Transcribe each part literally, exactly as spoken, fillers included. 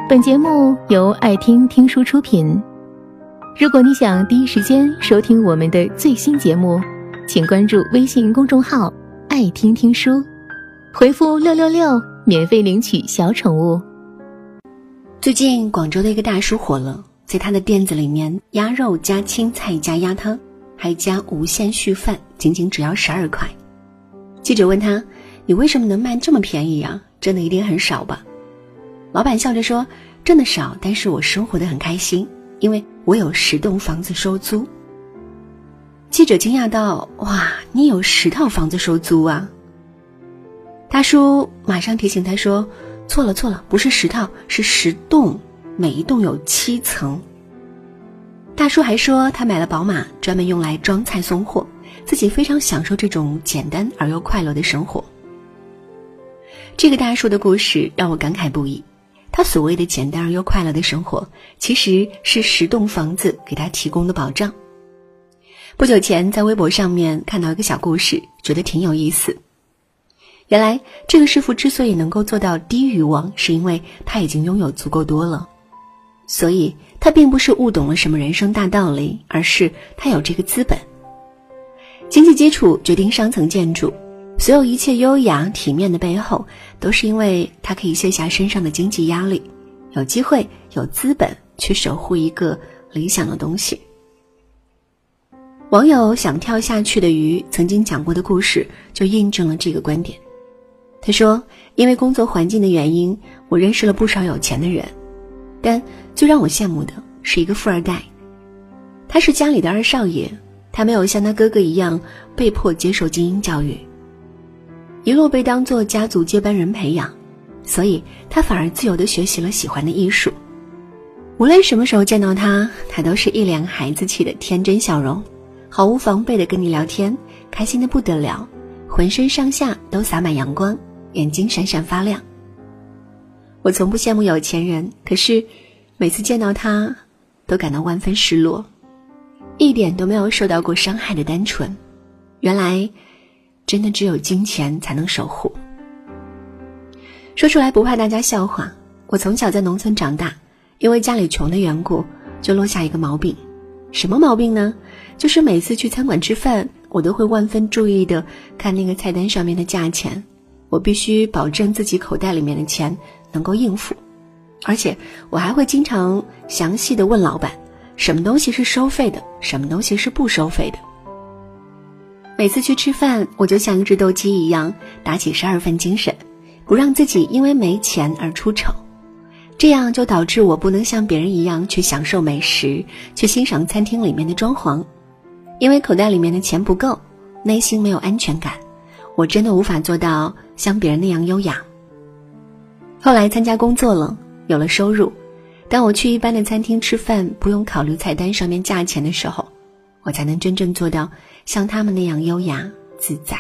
本节目由爱听听书出品。如果你想第一时间收听我们的最新节目，请关注微信公众号爱听听书，回复六六六免费领取小宠物。 最近广州的一个大叔火了，在他的店子里面，鸭肉加青菜加鸭汤还加无限续饭，仅仅只要十二块。记者问他，你为什么能卖这么便宜啊？真的一定很少吧？老板笑着说，真的少，但是我生活得很开心，因为我有十栋房子收租。记者惊讶道，哇，你有十套房子收租啊？大叔马上提醒他说，错了错了，不是十套，是十栋，每一栋有七层。大叔还说他买了宝马，专门用来装菜送货，自己非常享受这种简单而又快乐的生活。这个大叔的故事让我感慨不已，他所谓的简单而又快乐的生活，其实是十栋房子给他提供的保障。不久前在微博上面看到一个小故事，觉得挺有意思。原来这个师傅之所以能够做到低欲望，是因为他已经拥有足够多了，所以他并不是悟懂了什么人生大道理，而是他有这个资本。经济基础决定上层建筑，所有一切优雅体面的背后，都是因为他可以卸下身上的经济压力，有机会有资本去守护一个理想的东西。网友想跳下去的鱼曾经讲过的故事就印证了这个观点。他说，因为工作环境的原因，我认识了不少有钱的人，但最让我羡慕的是一个富二代。他是家里的二少爷，他没有像他哥哥一样被迫接受精英教育，一路被当作家族接班人培养，所以他反而自由地学习了喜欢的艺术。无论什么时候见到他，他都是一脸孩子气的天真笑容，毫无防备地跟你聊天，开心得不得了，浑身上下都洒满阳光，眼睛闪闪发亮。我从不羡慕有钱人，可是每次见到他都感到万分失落，一点都没有受到过伤害的单纯，原来真的只有金钱才能守护。说出来不怕大家笑话，我从小在农村长大，因为家里穷的缘故，就落下一个毛病。什么毛病呢？就是每次去餐馆吃饭，我都会万分注意地看那个菜单上面的价钱，我必须保证自己口袋里面的钱能够应付，而且我还会经常详细地问老板，什么东西是收费的，什么东西是不收费的。每次去吃饭，我就像一只斗鸡一样，打起十二分精神，不让自己因为没钱而出丑。这样就导致我不能像别人一样去享受美食，去欣赏餐厅里面的装潢，因为口袋里面的钱不够，内心没有安全感，我真的无法做到像别人那样优雅。后来参加工作了，有了收入，当我去一般的餐厅吃饭，不用考虑菜单上面价钱的时候，我才能真正做到像他们那样优雅自在。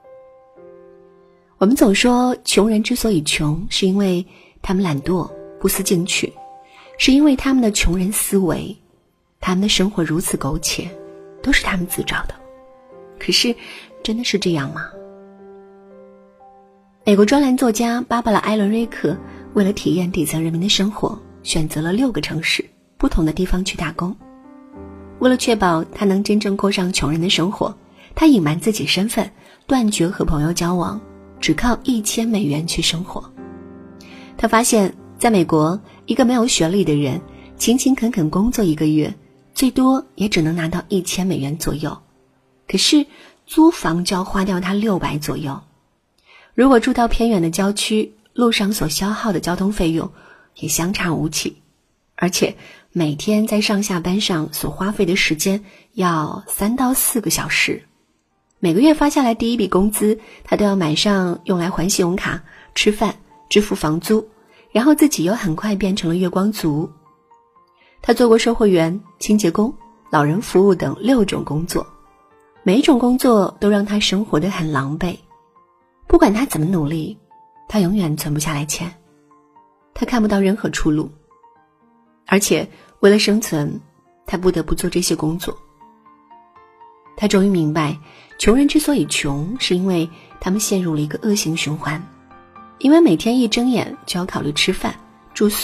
我们总说穷人之所以穷，是因为他们懒惰不思进取，是因为他们的穷人思维，他们的生活如此苟且，都是他们自找的。可是真的是这样吗？美国专栏作家芭芭拉·艾伦瑞克为了体验底层人民的生活，选择了六个城市不同的地方去打工。为了确保他能真正过上穷人的生活，他隐瞒自己身份，断绝和朋友交往，只靠一千美元去生活。他发现在美国，一个没有学历的人勤勤恳恳工作一个月，最多也只能拿到一千美元左右，可是租房就要花掉他六百左右。如果住到偏远的郊区，路上所消耗的交通费用也相差无几，而且每天在上下班上所花费的时间要三到四个小时。每个月发下来第一笔工资，他都要马上用来还信用卡、吃饭、支付房租，然后自己又很快变成了月光族。他做过售货员、清洁工、老人服务等六种工作，每一种工作都让他生活得很狼狈。不管他怎么努力，他永远存不下来钱，他看不到任何出路。而且为了生存，他不得不做这些工作。他终于明白，穷人之所以穷，是因为他们陷入了一个恶性循环。因为每天一睁眼就要考虑吃饭、住宿、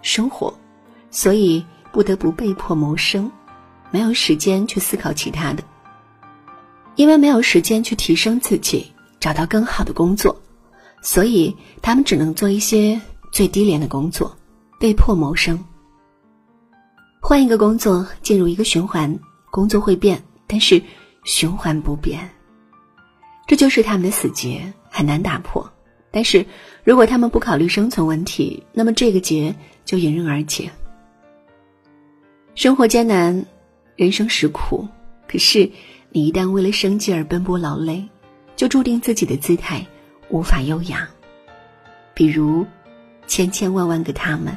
生活，所以不得不被迫谋生，没有时间去思考其他的。因为没有时间去提升自己，找到更好的工作，所以他们只能做一些最低廉的工作，被迫谋生。换一个工作，进入一个循环，工作会变，但是循环不变。这就是他们的死结，很难打破。但是如果他们不考虑生存问题，那么这个结就迎刃而解。生活艰难，人生实苦，可是你一旦为了生计而奔波劳累，就注定自己的姿态无法优雅。比如千千万万个他们。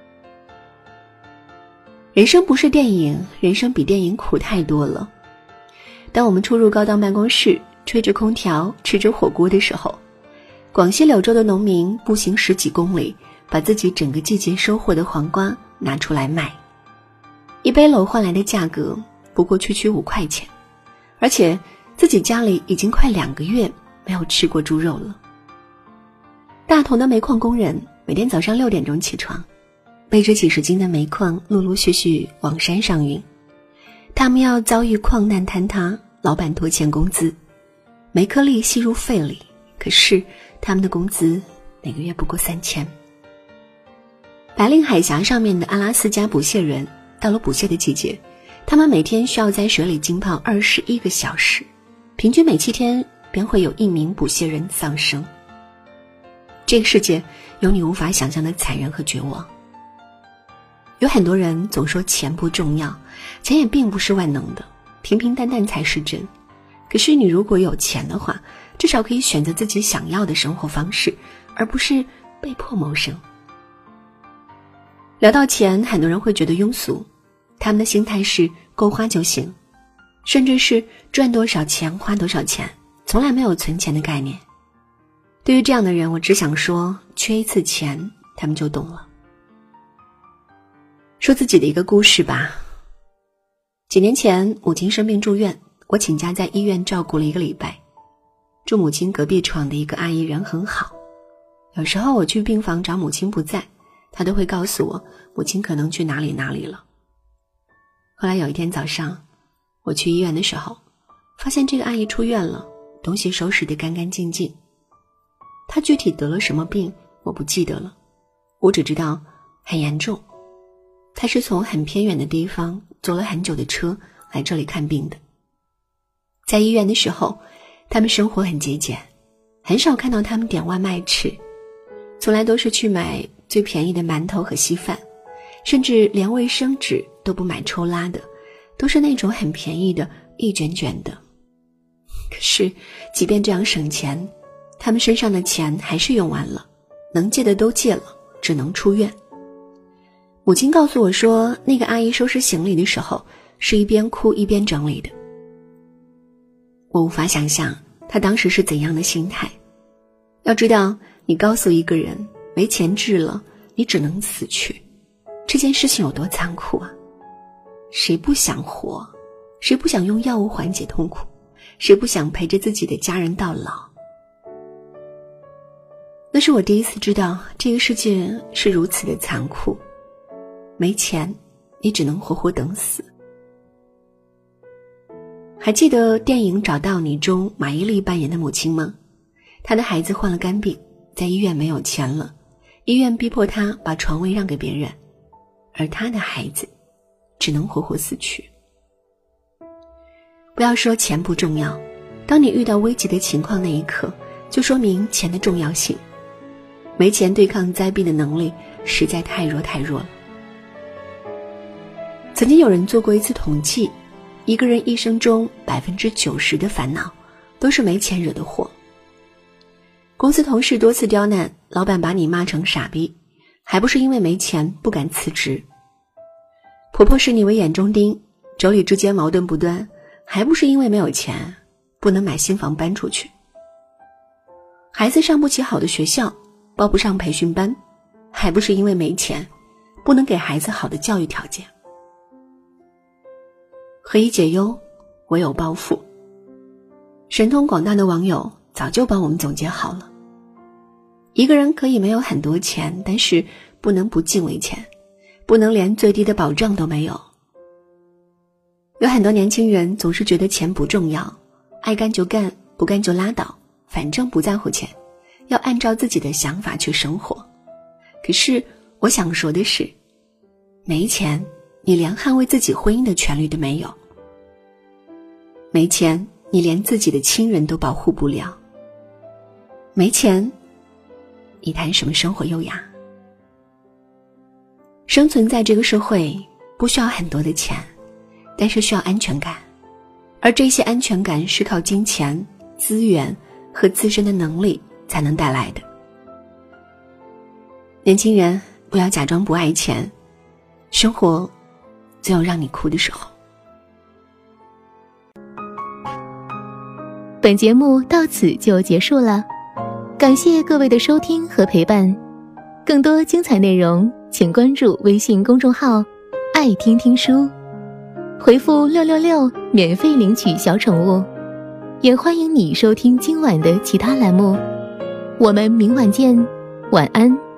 人生不是电影，人生比电影苦太多了。当我们出入高档办公室，吹着空调，吃着火锅的时候，广西柳州的农民步行十几公里，把自己整个季节收获的黄瓜拿出来卖。一杯篓换来的价格不过区区五块钱，而且自己家里已经快两个月没有吃过猪肉了。大同的煤矿工人每天早上六点钟起床，背着几十斤的煤矿陆陆续续往山上运。他们要遭遇矿难坍塌，老板拖欠工资，煤颗粒吸入肺里，可是他们的工资每个月不过三千。白令海峡上面的阿拉斯加捕蟹人，到了捕蟹的季节，他们每天需要在水里浸泡二十一个小时，平均每七天便会有一名捕蟹人丧生。这个世界有你无法想象的残忍和绝望。有很多人总说钱不重要，钱也并不是万能的，平平淡淡才是真。可是你如果有钱的话，至少可以选择自己想要的生活方式，而不是被迫谋生。聊到钱，很多人会觉得庸俗，他们的心态是够花就行，甚至是赚多少钱花多少钱，从来没有存钱的概念。对于这样的人，我只想说，缺一次钱，他们就懂了。说自己的一个故事吧。几年前母亲生病住院，我请假在医院照顾了一个礼拜。住母亲隔壁床的一个阿姨人很好，有时候我去病房找母亲不在，她都会告诉我母亲可能去哪里哪里了。后来有一天早上，我去医院的时候，发现这个阿姨出院了，东西收拾得干干净净。她具体得了什么病我不记得了，我只知道很严重。她是从很偏远的地方坐了很久的车来这里看病的。在医院的时候，他们生活很节俭，很少看到他们点外卖吃，从来都是去买最便宜的馒头和稀饭，甚至连卫生纸都不买抽拉的，都是那种很便宜的一卷卷的。可是即便这样省钱，他们身上的钱还是用完了，能借的都借了，只能出院。母亲告诉我说，那个阿姨收拾行李的时候是一边哭一边整理的。我无法想象她当时是怎样的心态。要知道，你告诉一个人没钱治了，你只能死去，这件事情有多残酷啊！谁不想活？谁不想用药物缓解痛苦？谁不想陪着自己的家人到老？那是我第一次知道这个世界是如此的残酷。没钱，你只能活活等死。还记得电影《找到你》中马伊琍扮演的母亲吗？她的孩子患了肝病，在医院没有钱了，医院逼迫她把床位让给别人，而她的孩子只能活活死去。不要说钱不重要，当你遇到危急的情况那一刻，就说明钱的重要性。没钱对抗灾病的能力实在太弱太弱了。曾经有人做过一次统计，一个人一生中 百分之九十 的烦恼都是没钱惹的祸。公司同事多次刁难，老板把你骂成傻逼，还不是因为没钱不敢辞职。婆婆视你为眼中钉，妯娌之间矛盾不断，还不是因为没有钱不能买新房搬出去。孩子上不起好的学校，报不上培训班，还不是因为没钱不能给孩子好的教育条件。何以解忧，唯有暴富。神通广大的网友早就帮我们总结好了。一个人可以没有很多钱，但是不能不敬畏钱，不能连最低的保障都没有。有很多年轻人总是觉得钱不重要，爱干就干，不干就拉倒，反正不在乎钱，要按照自己的想法去生活。可是我想说的是，没钱你连捍卫自己婚姻的权利都没有，没钱你连自己的亲人都保护不了，没钱你谈什么生活优雅？生存在这个社会不需要很多的钱，但是需要安全感，而这些安全感是靠金钱、资源和自身的能力才能带来的。年轻人，不要假装不爱钱，生活总有让你哭的时候。 本节目到此就结束了，感谢各位的收听和陪伴。更多精彩内容请关注微信公众号爱听听书，回复六六六免费领取小宠物，也欢迎你收听今晚的其他栏目。我们明晚见，晚安。